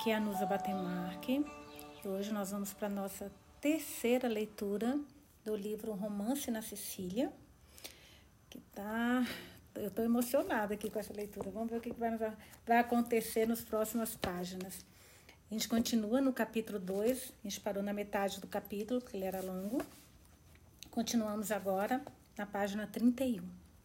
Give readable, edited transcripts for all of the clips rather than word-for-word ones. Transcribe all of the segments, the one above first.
Aqui é a Nusa Batemarque e hoje nós vamos para a nossa terceira leitura do livro Romance na Sicília, que eu estou emocionada aqui com essa leitura. Vamos ver o que vai acontecer nas próximas páginas. A gente continua no capítulo 2, a gente parou na metade do capítulo, porque ele era longo. Continuamos agora na página 31.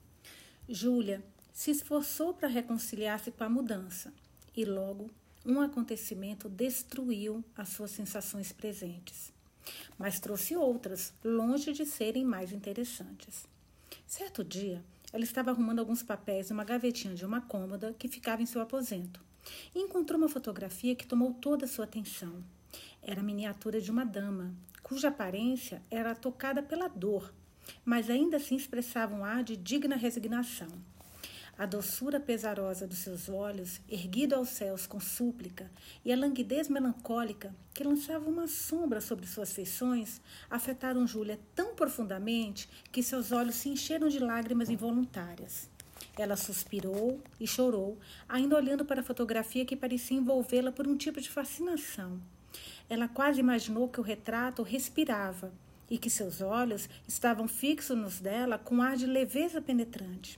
Júlia se esforçou para reconciliar-se com a mudança e logo um acontecimento destruiu as suas sensações presentes, mas trouxe outras, longe de serem mais interessantes. Certo dia, ela estava arrumando alguns papéis numa gavetinha de uma cômoda que ficava em seu aposento e encontrou uma fotografia que tomou toda a sua atenção. Era a miniatura de uma dama, cuja aparência era tocada pela dor, mas ainda assim expressava um ar de digna resignação. A doçura pesarosa dos seus olhos, erguido aos céus com súplica, e a languidez melancólica que lançava uma sombra sobre suas feições, afetaram Júlia tão profundamente que seus olhos se encheram de lágrimas involuntárias. Ela suspirou e chorou, ainda olhando para a fotografia que parecia envolvê-la por um tipo de fascinação. Ela quase imaginou que o retrato respirava e que seus olhos estavam fixos nos dela com um ar de leveza penetrante.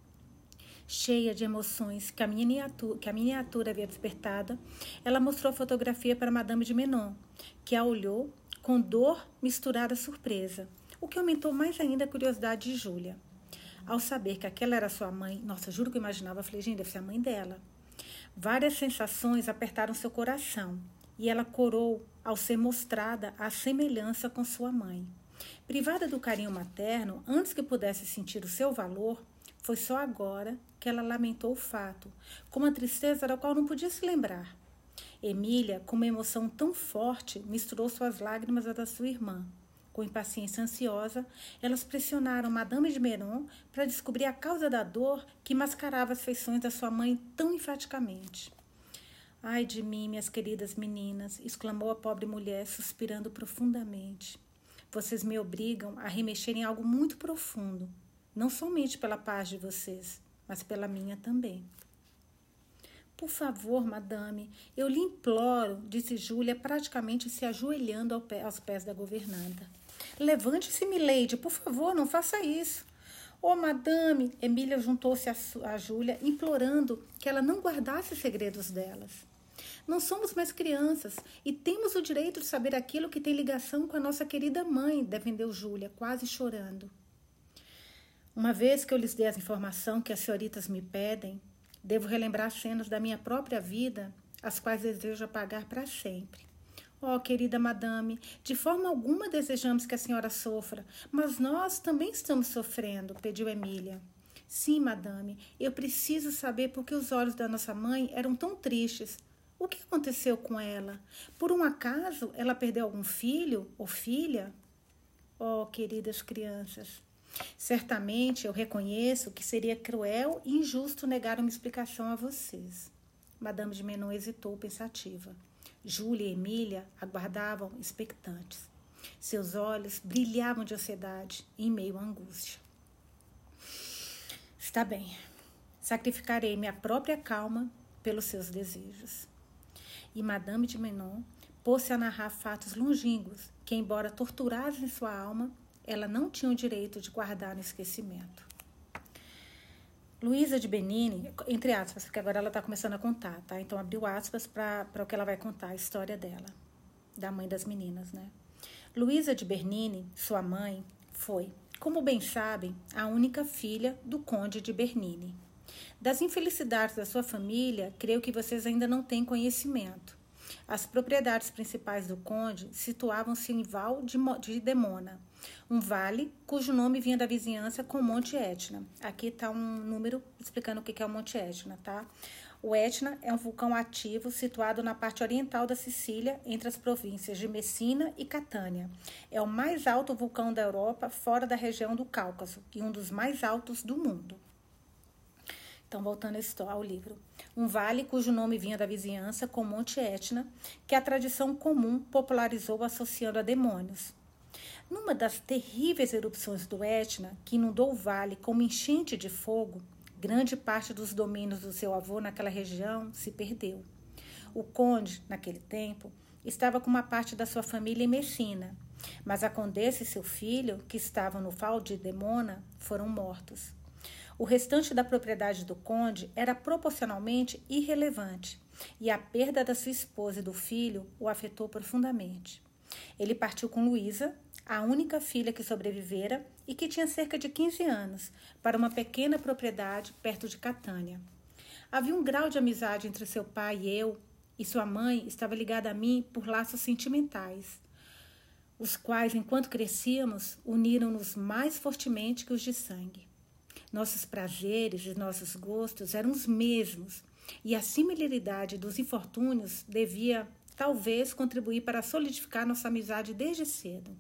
Cheia de emoções que a miniatura havia despertado, ela mostrou a fotografia para Madame de Menon, que a olhou com dor misturada à surpresa, o que aumentou mais ainda a curiosidade de Júlia. Ao saber que aquela era sua mãe, nossa, juro que eu imaginava, falei, gente, deve ser a mãe dela. Várias sensações apertaram seu coração e ela corou ao ser mostrada a semelhança com sua mãe. Privada do carinho materno, antes que pudesse sentir o seu valor, foi só agora que ela lamentou o fato, com uma tristeza da qual não podia se lembrar. Emília, com uma emoção tão forte, misturou suas lágrimas à da sua irmã. Com impaciência ansiosa, elas pressionaram Madame de Menon para descobrir a causa da dor que mascarava as feições da sua mãe tão enfaticamente. Ai de mim, minhas queridas meninas, exclamou a pobre mulher, suspirando profundamente. Vocês me obrigam a remexer em algo muito profundo, não somente pela paz de vocês, mas pela minha também. Por favor, madame, eu lhe imploro, disse Júlia, praticamente se ajoelhando aos pés da governanta. Levante-se, milady, por favor, não faça isso. Oh, madame, Emília juntou-se a Júlia, implorando que ela não guardasse segredos delas. Não somos mais crianças e temos o direito de saber aquilo que tem ligação com a nossa querida mãe, defendeu Júlia, quase chorando. Uma vez que eu lhes dei a informação que as senhoritas me pedem, devo relembrar cenas da minha própria vida, as quais desejo apagar para sempre. Oh, querida madame, de forma alguma desejamos que a senhora sofra, mas nós também estamos sofrendo, pediu Emília. Sim, madame, eu preciso saber por que os olhos da nossa mãe eram tão tristes. O que aconteceu com ela? Por um acaso ela perdeu algum filho ou filha? Oh, queridas crianças, certamente eu reconheço que seria cruel e injusto negar uma explicação a vocês. Madame de Menon hesitou pensativa. Júlia e Emília aguardavam expectantes. Seus olhos brilhavam de ansiedade em meio à angústia. Está bem, sacrificarei minha própria calma pelos seus desejos. E Madame de Menon pôs-se a narrar fatos longínquos que, embora torturassem sua alma, ela não tinha o direito de guardar no esquecimento. Luísa de Bernini, entre aspas, porque agora ela está começando a contar, tá? Então abriu aspas para o que ela vai contar, a história dela, da mãe das meninas, né? Luísa de Bernini, sua mãe, foi, como bem sabem, a única filha do conde de Bernini. Das infelicidades da sua família, creio que vocês ainda não têm conhecimento. As propriedades principais do conde situavam-se em Val de Demona, um vale cujo nome vinha da vizinhança com o Monte Etna. Aqui está um número explicando o que é o Monte Etna, tá? O Etna é um vulcão ativo situado na parte oriental da Sicília, entre as províncias de Messina e Catânia. É o mais alto vulcão da Europa, fora da região do Cáucaso, e um dos mais altos do mundo. Então, voltando ao livro. Um vale cujo nome vinha da vizinhança com Monte Etna, que a tradição comum popularizou associando a demônios. Numa das terríveis erupções do Etna, que inundou o vale com uma enchente de fogo, grande parte dos domínios do seu avô naquela região se perdeu. O conde, naquele tempo, estava com uma parte da sua família em Messina, mas a condessa e seu filho, que estavam no Val de Demona, foram mortos. O restante da propriedade do conde era proporcionalmente irrelevante, e a perda da sua esposa e do filho o afetou profundamente. Ele partiu com Luísa, a única filha que sobrevivera e que tinha cerca de 15 anos, para uma pequena propriedade perto de Catânia. Havia um grau de amizade entre seu pai e eu, e sua mãe estava ligada a mim por laços sentimentais, os quais, enquanto crescíamos, uniram-nos mais fortemente que os de sangue. Nossos prazeres e nossos gostos eram os mesmos, e a similaridade dos infortúnios devia, talvez, contribuir para solidificar nossa amizade desde cedo.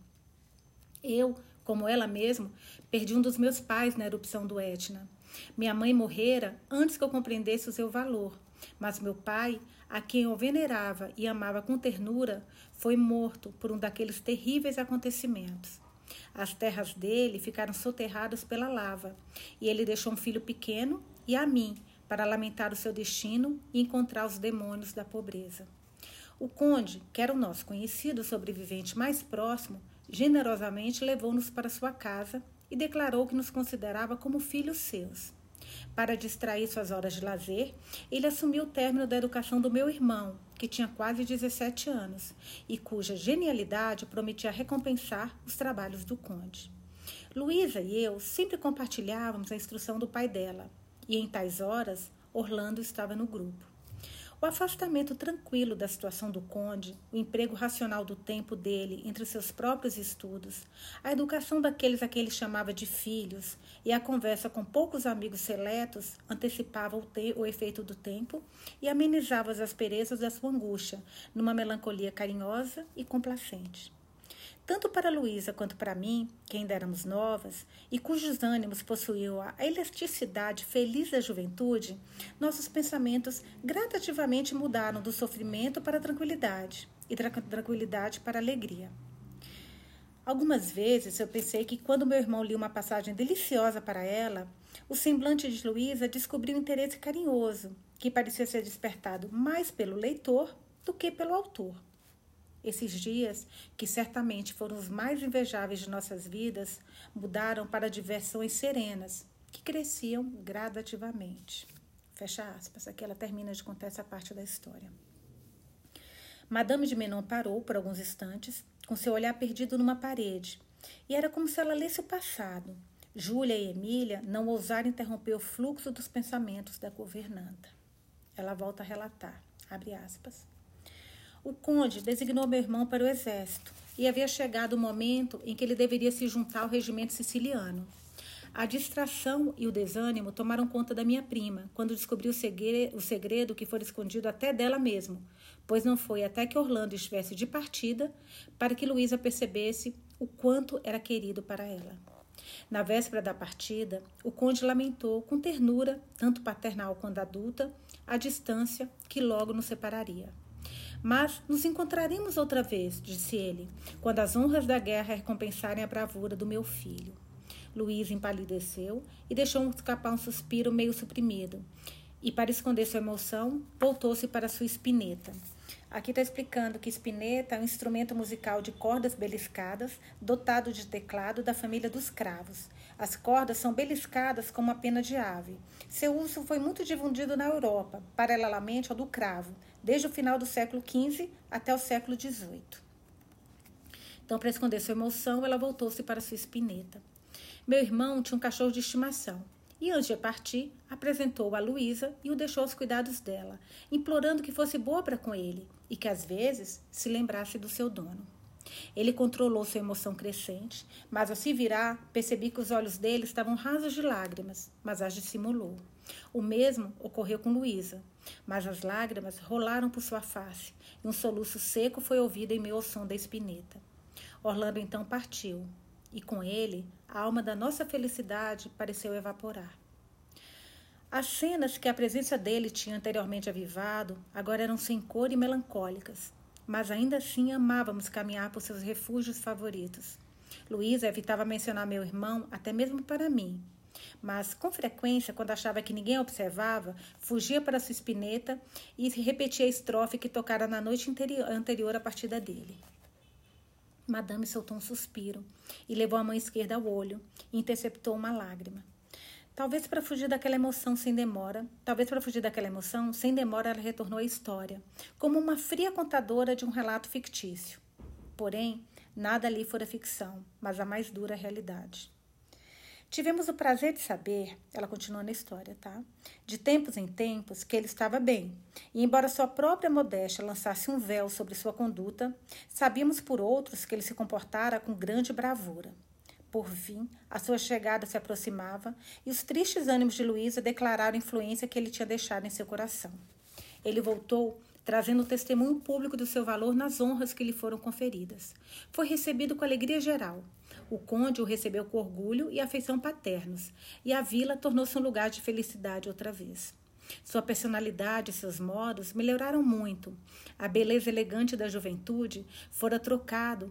Eu, como ela mesma, perdi um dos meus pais na erupção do Etna. Minha mãe morrera antes que eu compreendesse o seu valor, mas meu pai, a quem eu venerava e amava com ternura, foi morto por um daqueles terríveis acontecimentos. As terras dele ficaram soterradas pela lava, e ele deixou um filho pequeno e a mim para lamentar o seu destino e encontrar os demônios da pobreza. O conde, que era o nosso conhecido sobrevivente mais próximo, generosamente levou-nos para sua casa e declarou que nos considerava como filhos seus. Para distrair suas horas de lazer, ele assumiu o término da educação do meu irmão, que tinha quase 17 anos, e cuja genialidade prometia recompensar os trabalhos do conde. Luísa e eu sempre compartilhávamos a instrução do pai dela, e em tais horas, Orlando estava no grupo. O afastamento tranquilo da situação do conde, o emprego racional do tempo dele entre seus próprios estudos, a educação daqueles a que ele chamava de filhos e a conversa com poucos amigos seletos antecipavam o efeito do tempo e amenizavam as asperezas da sua angústia, numa melancolia carinhosa e complacente. Tanto para Luísa quanto para mim, que ainda éramos novas, e cujos ânimos possuíam a elasticidade feliz da juventude, nossos pensamentos gradativamente mudaram do sofrimento para a tranquilidade, e da tranquilidade para a alegria. Algumas vezes eu pensei que quando meu irmão lia uma passagem deliciosa para ela, o semblante de Luísa descobriu um interesse carinhoso, que parecia ser despertado mais pelo leitor do que pelo autor. Esses dias, que certamente foram os mais invejáveis de nossas vidas, mudaram para diversões serenas, que cresciam gradativamente. Fecha aspas. Aqui ela termina de contar essa parte da história. Madame de Menon parou por alguns instantes, com seu olhar perdido numa parede, e era como se ela lesse o passado. Júlia e Emília não ousaram interromper o fluxo dos pensamentos da governanta. Ela volta a relatar, abre aspas. O conde designou meu irmão para o exército e havia chegado o momento em que ele deveria se juntar ao regimento siciliano. A distração e o desânimo tomaram conta da minha prima quando descobriu o segredo que fora escondido até dela mesmo, pois não foi até que Orlando estivesse de partida para que Luísa percebesse o quanto era querido para ela. Na véspera da partida, o conde lamentou com ternura, tanto paternal quanto adulta, a distância que logo nos separaria. Mas nos encontraremos outra vez, disse ele, quando as honras da guerra recompensarem a bravura do meu filho. Luísa empalideceu e deixou escapar um suspiro meio suprimido. E, para esconder sua emoção, voltou-se para sua espineta. Aqui está explicando que espineta é um instrumento musical de cordas beliscadas, dotado de teclado da família dos cravos. As cordas são beliscadas como a pena de ave. Seu uso foi muito difundido na Europa, paralelamente ao do cravo, desde o final do século XV até o século XVIII. Então, para esconder sua emoção, ela voltou-se para sua espineta. Meu irmão tinha um cachorro de estimação e, antes de partir, apresentou-o a Luísa e o deixou aos cuidados dela, implorando que fosse boa para com ele e que, às vezes, se lembrasse do seu dono. Ele controlou sua emoção crescente, mas, ao se virar, percebi que os olhos dele estavam rasos de lágrimas, mas as dissimulou. O mesmo ocorreu com Luísa, mas as lágrimas rolaram por sua face e um soluço seco foi ouvido em meio ao som da espineta. Orlando então partiu, e com ele a alma da nossa felicidade pareceu evaporar. As cenas que a presença dele tinha anteriormente avivado agora eram sem cor e melancólicas, mas ainda assim amávamos caminhar por seus refúgios favoritos. Luísa evitava mencionar meu irmão até mesmo para mim, Mas, com frequência, quando achava que ninguém a observava, fugia para sua espineta e repetia a estrofe que tocara na noite anterior à partida dele. Madame soltou um suspiro e levou a mão esquerda ao olho e interceptou uma lágrima. Talvez para fugir daquela emoção sem demora, ela retornou à história, como uma fria contadora de um relato fictício. Porém, nada ali fora ficção, mas a mais dura realidade. Tivemos o prazer de saber, ela continuou na história, tá? De tempos em tempos que ele estava bem. E embora sua própria modéstia lançasse um véu sobre sua conduta, sabíamos por outros que ele se comportara com grande bravura. Por fim, a sua chegada se aproximava e os tristes ânimos de Luísa declararam a influência que ele tinha deixado em seu coração. Ele voltou trazendo o testemunho público do seu valor nas honras que lhe foram conferidas. Foi recebido com alegria geral. O conde o recebeu com orgulho e afeição paternos, e a vila tornou-se um lugar de felicidade outra vez. Sua personalidade e seus modos melhoraram muito. A beleza elegante da juventude fora trocada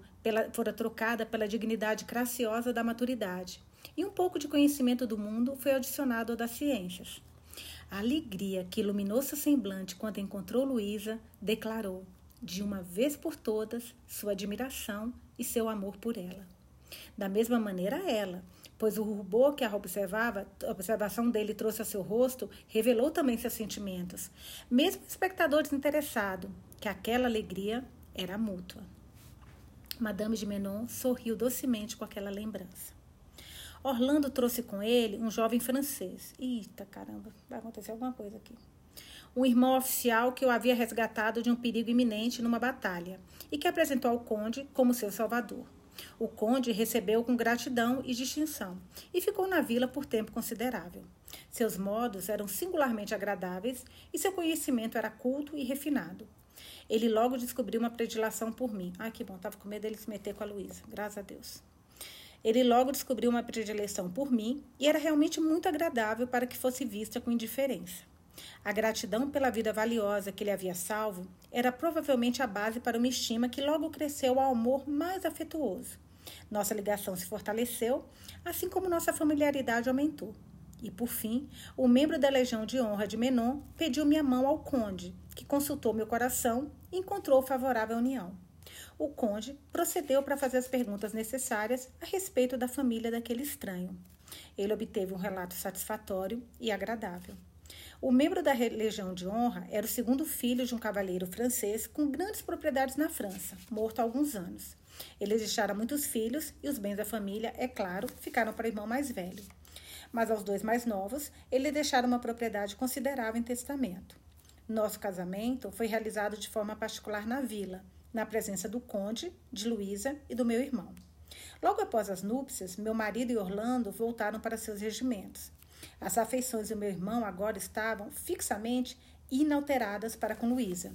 pela dignidade graciosa da maturidade, e um pouco de conhecimento do mundo foi adicionado ao das ciências. A alegria que iluminou seu semblante quando encontrou Luísa declarou, de uma vez por todas, sua admiração e seu amor por ela. Da mesma maneira ela, pois o rubor que a observação dele trouxe ao seu rosto revelou também seus sentimentos, mesmo o espectador desinteressado, que aquela alegria era mútua. Madame de Menon sorriu docemente com aquela lembrança. Orlando trouxe com ele um jovem francês. Eita, caramba, vai acontecer alguma coisa aqui. Um irmão oficial que o havia resgatado de um perigo iminente numa batalha e que apresentou ao conde como seu salvador. O conde recebeu-o com gratidão e distinção e ficou na vila por tempo considerável. Seus modos eram singularmente agradáveis e seu conhecimento era culto e refinado. Ele logo descobriu uma predileção por mim. Ah, que bom, estava com medo dele se meter com a Luísa, graças a Deus. Ele logo descobriu uma predileção por mim e era realmente muito agradável para que fosse vista com indiferença. A gratidão pela vida valiosa que ele havia salvo era provavelmente a base para uma estima que logo cresceu ao amor mais afetuoso. Nossa ligação se fortaleceu, assim como nossa familiaridade aumentou. E, por fim, o membro da Legião de Honra de Menon pediu minha mão ao conde, que consultou meu coração e encontrou favorável a união. O conde procedeu para fazer as perguntas necessárias a respeito da família daquele estranho. Ele obteve um relato satisfatório e agradável. O membro da Legião de Honra era o segundo filho de um cavalheiro francês com grandes propriedades na França, morto há alguns anos. Eles deixaram muitos filhos e os bens da família, é claro, ficaram para o irmão mais velho. Mas aos dois mais novos, ele deixaram uma propriedade considerável em testamento. Nosso casamento foi realizado de forma particular na vila, na presença do conde, de Luísa e do meu irmão. Logo após as núpcias, meu marido e Orlando voltaram para seus regimentos. As afeições do meu irmão agora estavam fixamente inalteradas para com Luísa.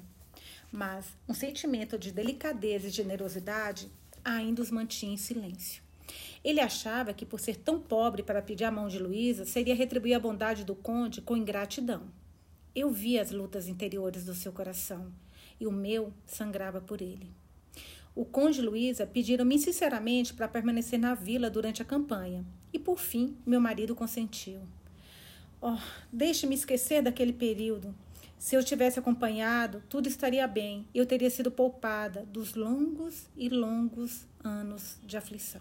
Mas um sentimento de delicadeza e generosidade ainda os mantinha em silêncio. Ele achava que, por ser tão pobre para pedir a mão de Luísa, seria retribuir a bondade do conde com ingratidão. Eu via as lutas interiores do seu coração, e o meu sangrava por ele. O conde e Luísa pediram-me sinceramente para permanecer na vila durante a campanha, e por fim meu marido consentiu. Oh, deixe-me esquecer daquele período. Se eu tivesse acompanhado, tudo estaria bem, e eu teria sido poupada dos longos e longos anos de aflição.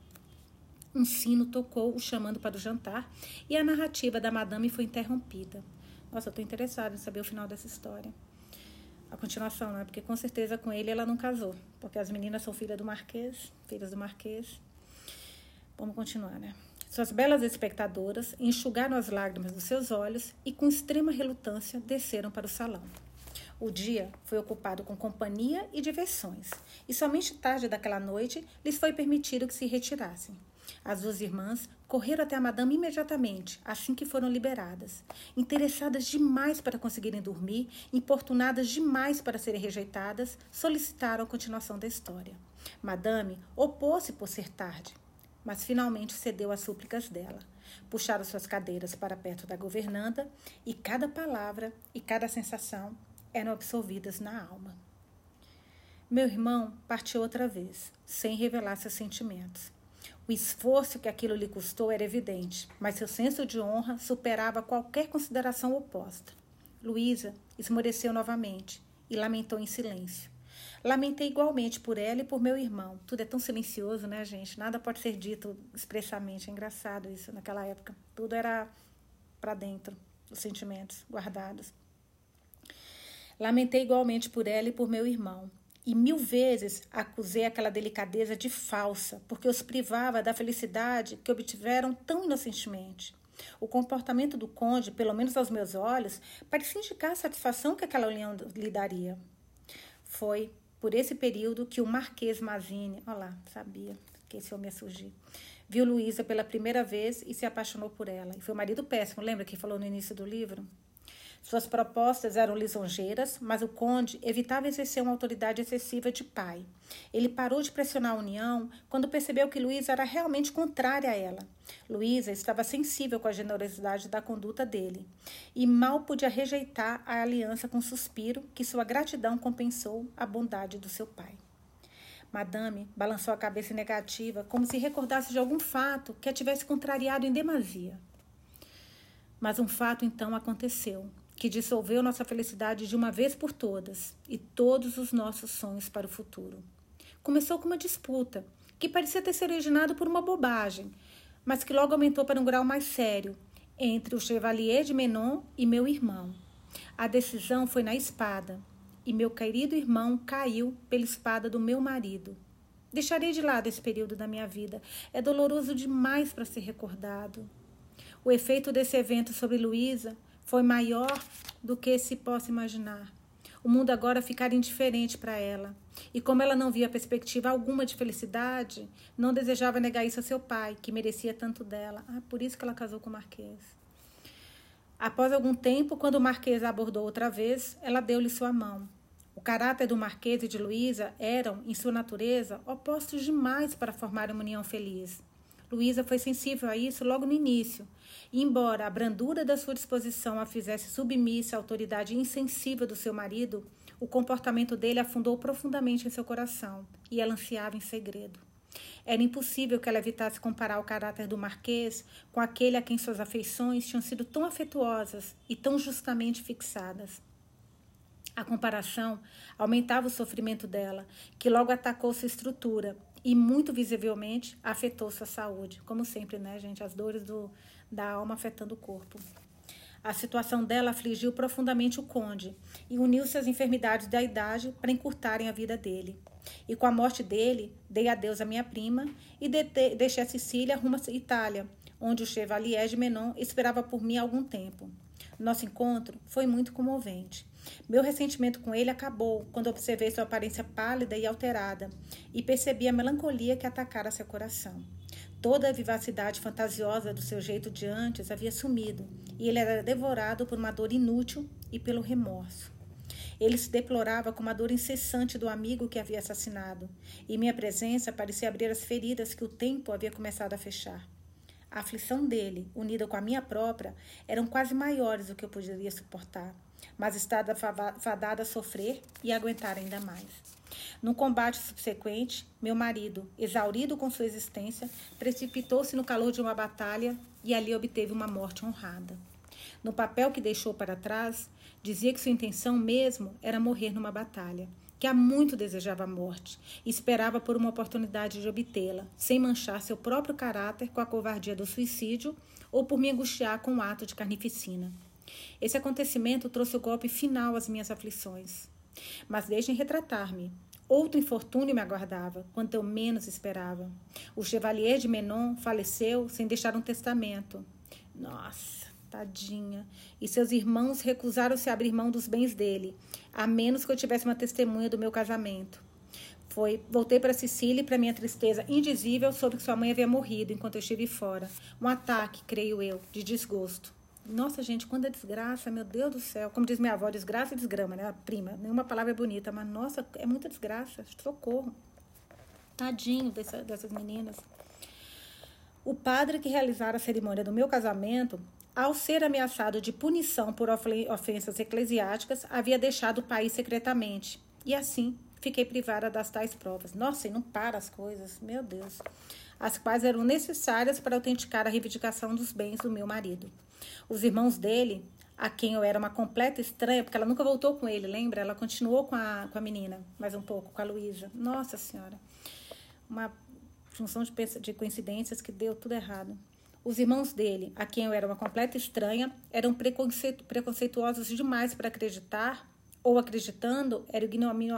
Um sino tocou, o chamando para o jantar, e a narrativa da madame foi interrompida. Nossa, eu estou interessada em saber o final dessa história. A continuação, né? Porque com certeza com ele ela não casou, porque as meninas são filhas do Marquês. Vamos continuar, né? Suas belas espectadoras enxugaram as lágrimas dos seus olhos e, com extrema relutância, desceram para o salão. O dia foi ocupado com companhia e diversões, e somente tarde daquela noite lhes foi permitido que se retirassem. As duas irmãs correram até a madame imediatamente, assim que foram liberadas. Interessadas demais para conseguirem dormir, importunadas demais para serem rejeitadas, solicitaram a continuação da história. Madame opôs-se por ser tarde, mas finalmente cedeu às súplicas dela. Puxaram suas cadeiras para perto da governanta e cada palavra e cada sensação eram absorvidas na alma. Meu irmão partiu outra vez, sem revelar seus sentimentos. O esforço que aquilo lhe custou era evidente, mas seu senso de honra superava qualquer consideração oposta. Luísa esmoreceu novamente e lamentou em silêncio. Lamentei igualmente por ela e por meu irmão. Tudo é tão silencioso, né, gente? Nada pode ser dito expressamente. É engraçado isso naquela época. Tudo era para dentro, os sentimentos guardados. Lamentei igualmente por ela e por meu irmão. E 1000 vezes acusei aquela delicadeza de falsa, porque os privava da felicidade que obtiveram tão inocentemente. O comportamento do conde, pelo menos aos meus olhos, parecia indicar a satisfação que aquela união lhe daria. Foi por esse período que o Marquês Mazzini, olha lá, sabia que esse homem ia surgir, viu Luísa pela primeira vez e se apaixonou por ela. E foi um marido péssimo, lembra que falou no início do livro? Suas propostas eram lisonjeiras, mas o conde evitava exercer uma autoridade excessiva de pai. Ele parou de pressionar a união quando percebeu que Luísa era realmente contrária a ela. Luísa estava sensível com a generosidade da conduta dele e mal podia rejeitar a aliança com um suspiro que sua gratidão compensou a bondade do seu pai. Madame balançou a cabeça negativa, como se recordasse de algum fato que a tivesse contrariado em demasia. Mas um fato então aconteceu, que dissolveu nossa felicidade de uma vez por todas e todos os nossos sonhos para o futuro. Começou com uma disputa, que parecia ter se originado por uma bobagem, mas que logo aumentou para um grau mais sério, entre o Chevalier de Menon e meu irmão. A decisão foi na espada, e meu querido irmão caiu pela espada do meu marido. Deixarei de lado esse período da minha vida. É doloroso demais para ser recordado. O efeito desse evento sobre Luísa foi maior do que se possa imaginar. O mundo agora ficara indiferente para ela. E como ela não via perspectiva alguma de felicidade, não desejava negar isso a seu pai, que merecia tanto dela. Por isso que ela casou com o Marquês. Após algum tempo, quando o Marquês a abordou outra vez, ela deu-lhe sua mão. O caráter do Marquês e de Luísa eram, em sua natureza, opostos demais para formar uma união feliz. Luísa foi sensível a isso logo no início, e embora a brandura da sua disposição a fizesse submissa à autoridade insensível do seu marido, o comportamento dele afundou profundamente em seu coração, e ela ansiava em segredo. Era impossível que ela evitasse comparar o caráter do Marquês com aquele a quem suas afeições tinham sido tão afetuosas e tão justamente fixadas. A comparação aumentava o sofrimento dela, que logo atacou sua estrutura e, muito visivelmente, afetou sua saúde. Como sempre, né, gente? As dores da alma afetando o corpo. A situação dela afligiu profundamente o conde e uniu-se às enfermidades da idade para encurtarem a vida dele. E com a morte dele, dei adeus à minha prima e deixei a Sicília rumo à Itália, onde o Chevalier de Menon esperava por mim há algum tempo. Nosso encontro foi muito comovente. Meu ressentimento com ele acabou quando observei sua aparência pálida e alterada e percebi a melancolia que atacara seu coração. Toda a vivacidade fantasiosa do seu jeito de antes havia sumido e ele era devorado por uma dor inútil e pelo remorso. Ele se deplorava com uma dor incessante do amigo que havia assassinado e minha presença parecia abrir as feridas que o tempo havia começado a fechar. A aflição dele, unida com a minha própria, eram quase maiores do que eu poderia suportar, mas estava fadada a sofrer e aguentar ainda mais. No combate subsequente, meu marido, exaurido com sua existência, precipitou-se no calor de uma batalha e ali obteve uma morte honrada. No papel que deixou para trás, dizia que sua intenção mesmo era morrer numa batalha, que há muito desejava a morte e esperava por uma oportunidade de obtê-la, sem manchar seu próprio caráter com a covardia do suicídio ou por me angustiar com o ato de carnificina. Esse acontecimento trouxe o golpe final às minhas aflições. Mas deixem retratar-me. Outro infortúnio me aguardava, quando eu menos esperava. O Chevalier de Menon faleceu sem deixar um testamento. Nossa, tadinha. E seus irmãos recusaram-se a abrir mão dos bens dele, a menos que eu tivesse uma testemunha do meu casamento. Voltei para Sicília e, para minha tristeza indizível, soube que sua mãe havia morrido enquanto eu estive fora. Um ataque, creio eu, de desgosto. Nossa, gente, quando é desgraça, meu Deus do céu. Como diz minha avó, desgraça e desgrama, né? A prima. Nenhuma palavra é bonita, mas, nossa, é muita desgraça. Socorro. Tadinho dessas meninas. O padre que realizara a cerimônia do meu casamento, ao ser ameaçado de punição por ofensas eclesiásticas, havia deixado o país secretamente. E assim, fiquei privada das tais provas. Nossa, e não para as coisas, meu Deus. As quais eram necessárias para autenticar a reivindicação dos bens do meu marido. Os irmãos dele, a quem eu era uma completa estranha, porque ela nunca voltou com ele, lembra? Ela continuou com a menina, mais um pouco, com a Luísa. Nossa Senhora. Uma junção de coincidências que deu tudo errado. Os irmãos dele, a quem eu era uma completa estranha, eram preconceituosos demais para acreditar, ou acreditando, eram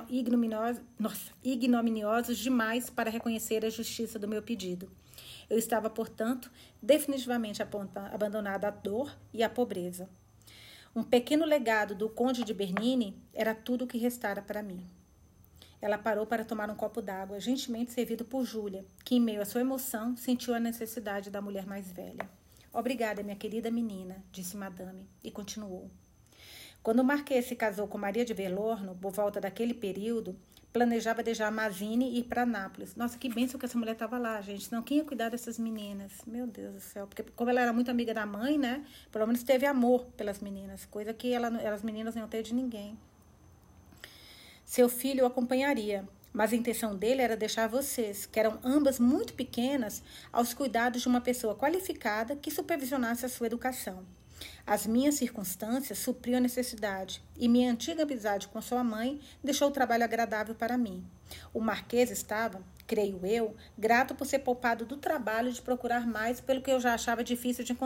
ignominiosos demais para reconhecer a justiça do meu pedido. Eu estava, portanto, definitivamente abandonada à dor e à pobreza. Um pequeno legado do conde de Bernini era tudo o que restara para mim. Ela parou para tomar um copo d'água, gentilmente servido por Júlia, que, em meio à sua emoção, sentiu a necessidade da mulher mais velha. Obrigada, minha querida menina, disse Madame, e continuou. Quando o Marquês se casou com Maria de Velorno, por volta daquele período, planejava deixar Mazzini e ir para Nápoles. Nossa, que bênção que essa mulher estava lá, gente. Não, quem ia cuidar dessas meninas? Meu Deus do céu. Porque como ela era muito amiga da mãe, né? Pelo menos teve amor pelas meninas, coisa que as meninas não teve de ninguém. Seu filho o acompanharia, mas a intenção dele era deixar vocês, que eram ambas muito pequenas, aos cuidados de uma pessoa qualificada que supervisionasse a sua educação. As minhas circunstâncias supriam a necessidade, e minha antiga amizade com sua mãe deixou o trabalho agradável para mim. O Marquês estava, creio eu, grato por ser poupado do trabalho de procurar mais pelo que já achava difícil de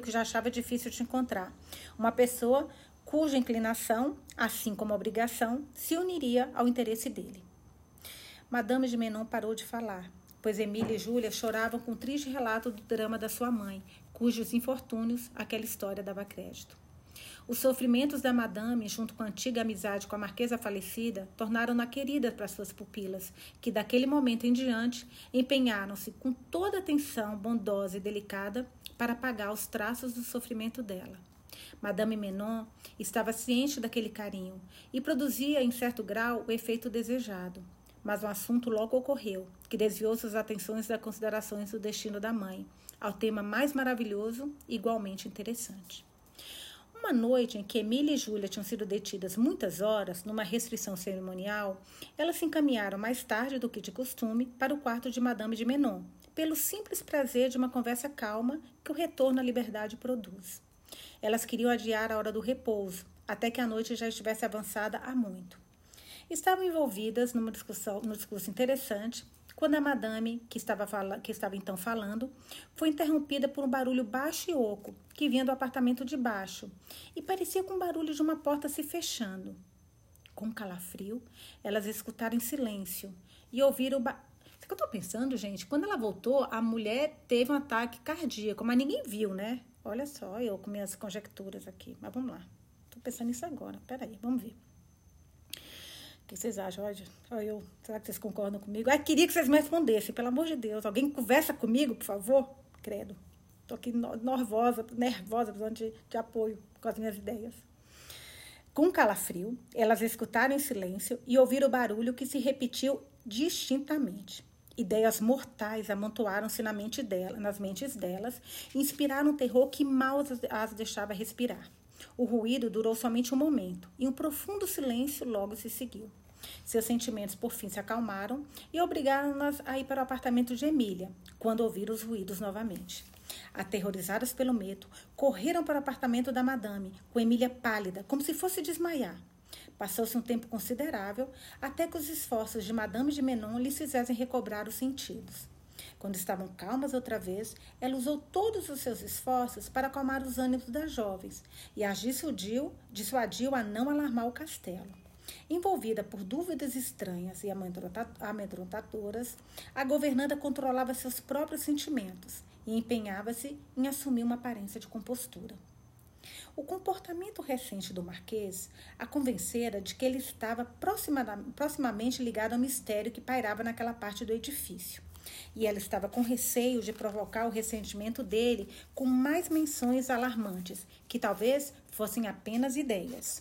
encontrar. Uma pessoa cuja inclinação, assim como obrigação, se uniria ao interesse dele. Madame de Menon parou de falar, pois Emília e Júlia choravam com o triste relato do drama da sua mãe, cujos infortúnios aquela história dava crédito. Os sofrimentos da Madame, junto com a antiga amizade com a marquesa falecida, tornaram-na querida para suas pupilas, que daquele momento em diante empenharam-se com toda atenção bondosa e delicada para apagar os traços do sofrimento dela. Madame Menon estava ciente daquele carinho e produzia, em certo grau, o efeito desejado. Mas um assunto logo ocorreu, que desviou suas atenções das considerações do destino da mãe, ao tema mais maravilhoso e igualmente interessante. Uma noite em que Emília e Júlia tinham sido detidas muitas horas, numa restrição cerimonial, elas se encaminharam mais tarde do que de costume para o quarto de Madame de Menon, pelo simples prazer de uma conversa calma que o retorno à liberdade produz. Elas queriam adiar a hora do repouso, até que a noite já estivesse avançada há muito. Estavam envolvidas num discurso interessante, quando a madame, que estava então falando, foi interrompida por um barulho baixo e oco, que vinha do apartamento de baixo, e parecia com o barulho de uma porta se fechando. Com calafrio, elas escutaram em silêncio e ouviram o barulho. Isso que eu estou pensando, gente, quando ela voltou, a mulher teve um ataque cardíaco, mas ninguém viu, né? Olha só, eu com minhas conjecturas aqui. Mas vamos lá. Estou pensando nisso agora. Peraí, vamos ver. O que vocês acham? Será que vocês concordam comigo? Queria que vocês me respondessem, pelo amor de Deus. Alguém conversa comigo, por favor? Credo. Estou aqui nervosa, precisando de apoio com as minhas ideias. Com calafrio, elas escutaram em silêncio e ouviram o barulho que se repetiu distintamente. Ideias mortais amontoaram-se nas mentes delas e inspiraram um terror que mal as deixava respirar. O ruído durou somente um momento e um profundo silêncio logo se seguiu. Seus sentimentos, por fim, se acalmaram e obrigaram-nas a ir para o apartamento de Emília, quando ouviram os ruídos novamente. Aterrorizadas pelo medo, correram para o apartamento da madame, com Emília pálida, como se fosse desmaiar. Passou-se um tempo considerável, até que os esforços de Madame de Menon lhes fizessem recobrar os sentidos. Quando estavam calmas outra vez, ela usou todos os seus esforços para acalmar os ânimos das jovens e as dissuadiu a não alarmar o castelo. Envolvida por dúvidas estranhas e amedrontadoras, a governanta controlava seus próprios sentimentos e empenhava-se em assumir uma aparência de compostura. O comportamento recente do Marquês a convencera de que ele estava proximamente ligado ao mistério que pairava naquela parte do edifício. E ela estava com receio de provocar o ressentimento dele com mais menções alarmantes, que talvez fossem apenas ideias,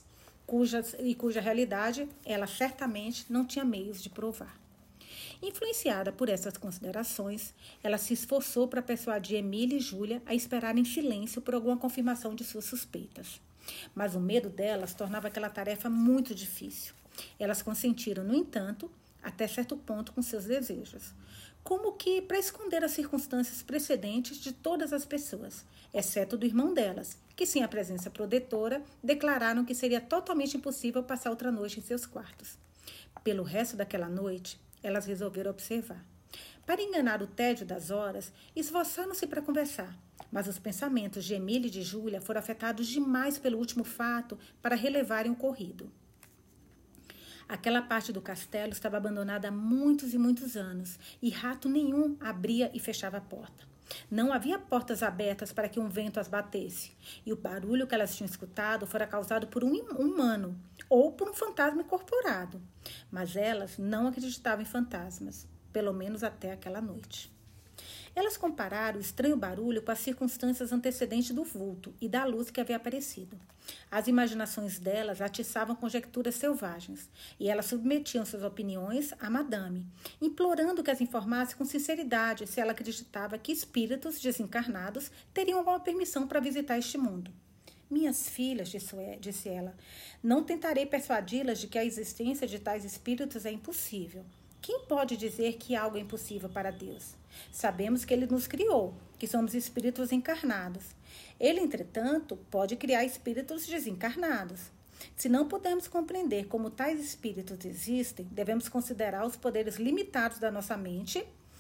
cuja realidade ela certamente não tinha meios de provar. Influenciada por essas considerações, ela se esforçou para persuadir Emília e Júlia a esperar em silêncio por alguma confirmação de suas suspeitas. Mas o medo delas tornava aquela tarefa muito difícil. Elas consentiram, no entanto, até certo ponto com seus desejos, como que para esconder as circunstâncias precedentes de todas as pessoas, exceto do irmão delas, que sem a presença protetora, declararam que seria totalmente impossível passar outra noite em seus quartos. Pelo resto daquela noite, elas resolveram observar. Para enganar o tédio das horas, esforçaram-se para conversar, mas os pensamentos de Emília e de Júlia foram afetados demais pelo último fato para relevarem o ocorrido. Aquela parte do castelo estava abandonada há muitos e muitos anos, e rato nenhum abria e fechava a porta. Não havia portas abertas para que um vento as batesse, e o barulho que elas tinham escutado fora causado por um humano ou por um fantasma incorporado. Mas elas não acreditavam em fantasmas, pelo menos até aquela noite. Elas compararam o estranho barulho com as circunstâncias antecedentes do vulto e da luz que havia aparecido. As imaginações delas atiçavam conjecturas selvagens, e elas submetiam suas opiniões a Madame, implorando que as informasse com sinceridade se ela acreditava que espíritos desencarnados teriam alguma permissão para visitar este mundo. Minhas filhas, disse ela, não tentarei persuadi-las de que a existência de tais espíritos é impossível. Quem pode dizer que algo é impossível para Deus? Sabemos que Ele nos criou, que somos espíritos encarnados. Ele, entretanto, pode criar espíritos desencarnados. Se não pudermos compreender como tais espíritos existem, devemos considerar os poderes limitados da nossa mente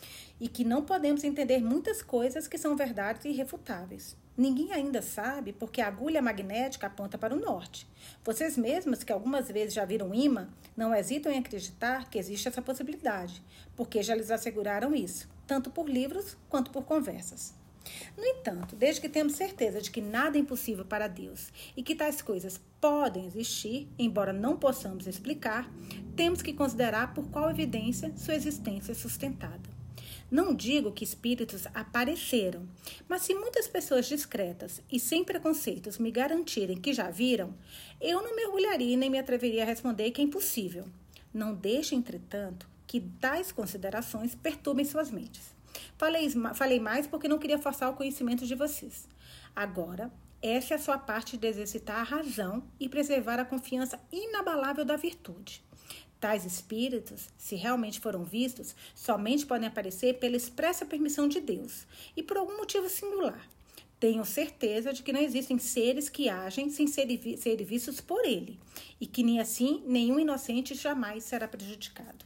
e que não podemos entender muitas coisas que são verdades irrefutáveis. Ninguém ainda sabe porque a agulha magnética aponta para o norte. Vocês mesmas, que algumas vezes já viram imã, não hesitam em acreditar que existe essa possibilidade, porque já lhes asseguraram isso, tanto por livros quanto por conversas. No entanto, desde que temos certeza de que nada é impossível para Deus e que tais coisas podem existir, embora não possamos explicar, temos que considerar por qual evidência sua existência é sustentada. Não digo que espíritos apareceram, mas se muitas pessoas discretas e sem preconceitos me garantirem que já viram, eu não mergulharia nem me atreveria a responder que é impossível. Não deixe, entretanto, que tais considerações perturbem suas mentes. Falei mais porque não queria forçar o conhecimento de vocês. Agora, essa é a sua parte de exercitar a razão e preservar a confiança inabalável da virtude. Tais espíritos, se realmente foram vistos, somente podem aparecer pela expressa permissão de Deus e por algum motivo singular. Tenho certeza de que não existem seres que agem sem serem vistos por Ele e que nem assim nenhum inocente jamais será prejudicado.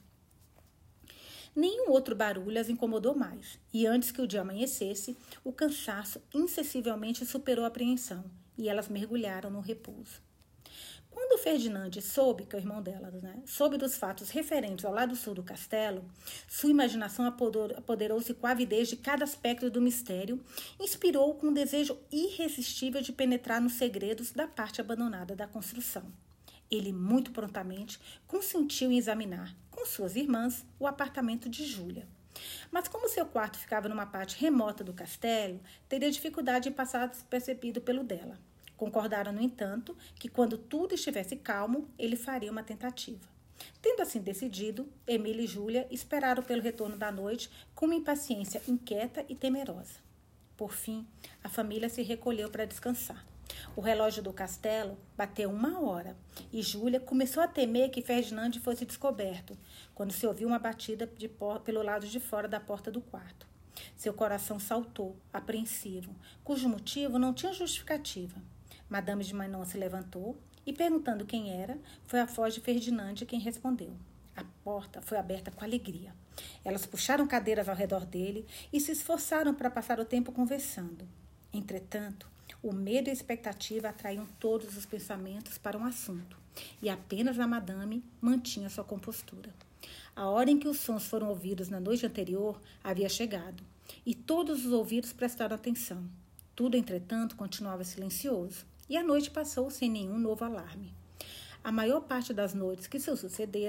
Nenhum outro barulho as incomodou mais, e antes que o dia amanhecesse, o cansaço insensivelmente superou a apreensão, e elas mergulharam no repouso. Quando Ferdinand soube, que é o irmão dela, soube dos fatos referentes ao lado sul do castelo, sua imaginação apoderou-se com a avidez de cada aspecto do mistério, inspirou-o com um desejo irresistível de penetrar nos segredos da parte abandonada da construção. Ele, muito prontamente, consentiu em examinar, com suas irmãs, o apartamento de Júlia. Mas como seu quarto ficava numa parte remota do castelo, teria dificuldade em passar despercebido pelo dela. Concordaram, no entanto, que quando tudo estivesse calmo, ele faria uma tentativa. Tendo assim decidido, Emília e Júlia esperaram pelo retorno da noite com uma impaciência inquieta e temerosa. Por fim, a família se recolheu para descansar. O relógio do castelo bateu 1 hora e Júlia começou a temer que Ferdinand fosse descoberto, quando se ouviu uma batida pelo lado de fora da porta do quarto. Seu coração saltou, apreensivo, cujo motivo não tinha justificativa. Madame de Manon se levantou e, perguntando quem era, foi a voz de Ferdinand quem respondeu. A porta foi aberta com alegria. Elas puxaram cadeiras ao redor dele e se esforçaram para passar o tempo conversando. Entretanto, o medo e a expectativa atraíam todos os pensamentos para um assunto, e apenas a madame mantinha sua compostura. A hora em que os sons foram ouvidos na noite anterior havia chegado, e todos os ouvidos prestaram atenção. Tudo, entretanto, continuava silencioso, e a noite passou sem nenhum novo alarme. A maior parte das noites que se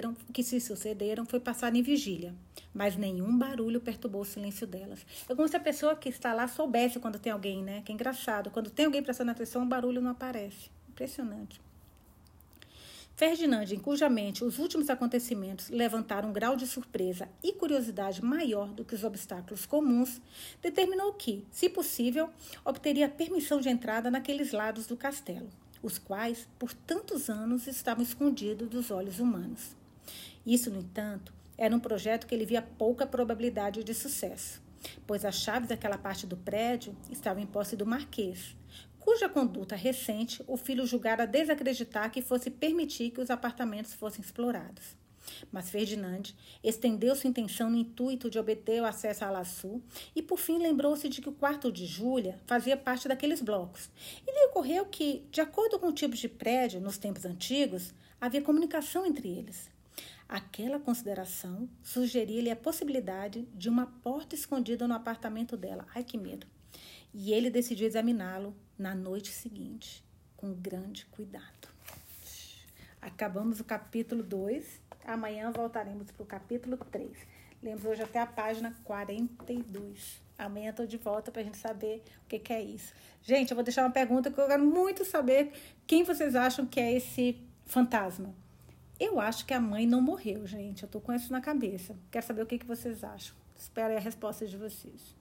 sucederam foi passada em vigília, mas nenhum barulho perturbou o silêncio delas. É como se a pessoa que está lá soubesse quando tem alguém, né? Que é engraçado. Quando tem alguém prestando atenção, o barulho não aparece. Impressionante. Ferdinand, em cuja mente os últimos acontecimentos levantaram um grau de surpresa e curiosidade maior do que os obstáculos comuns, determinou que, se possível, obteria permissão de entrada naqueles lados do castelo. os quais, por tantos anos, estavam escondidos dos olhos humanos. Isso, no entanto, era um projeto que ele via pouca probabilidade de sucesso, pois as chaves daquela parte do prédio estavam em posse do marquês, cuja conduta recente o filho julgara desacreditar que fosse permitir que os apartamentos fossem explorados. Mas Ferdinand estendeu sua intenção no intuito de obter o acesso a Laçu e, por fim, lembrou-se de que o quarto de Júlia fazia parte daqueles blocos. E lhe ocorreu que, de acordo com tipos de prédio nos tempos antigos, havia comunicação entre eles. Aquela consideração sugeria-lhe a possibilidade de uma porta escondida no apartamento dela. Ai, que medo! E ele decidiu examiná-lo na noite seguinte, com grande cuidado. Acabamos o capítulo 2. Amanhã voltaremos para o capítulo 3. Lemos hoje até a página 42. Amanhã estou de volta para a gente saber o que é isso. Gente, eu vou deixar uma pergunta que eu quero muito saber quem vocês acham que é esse fantasma. Eu acho que a mãe não morreu, gente. Eu estou com isso na cabeça. Quero saber o que vocês acham. Espero aí a resposta de vocês.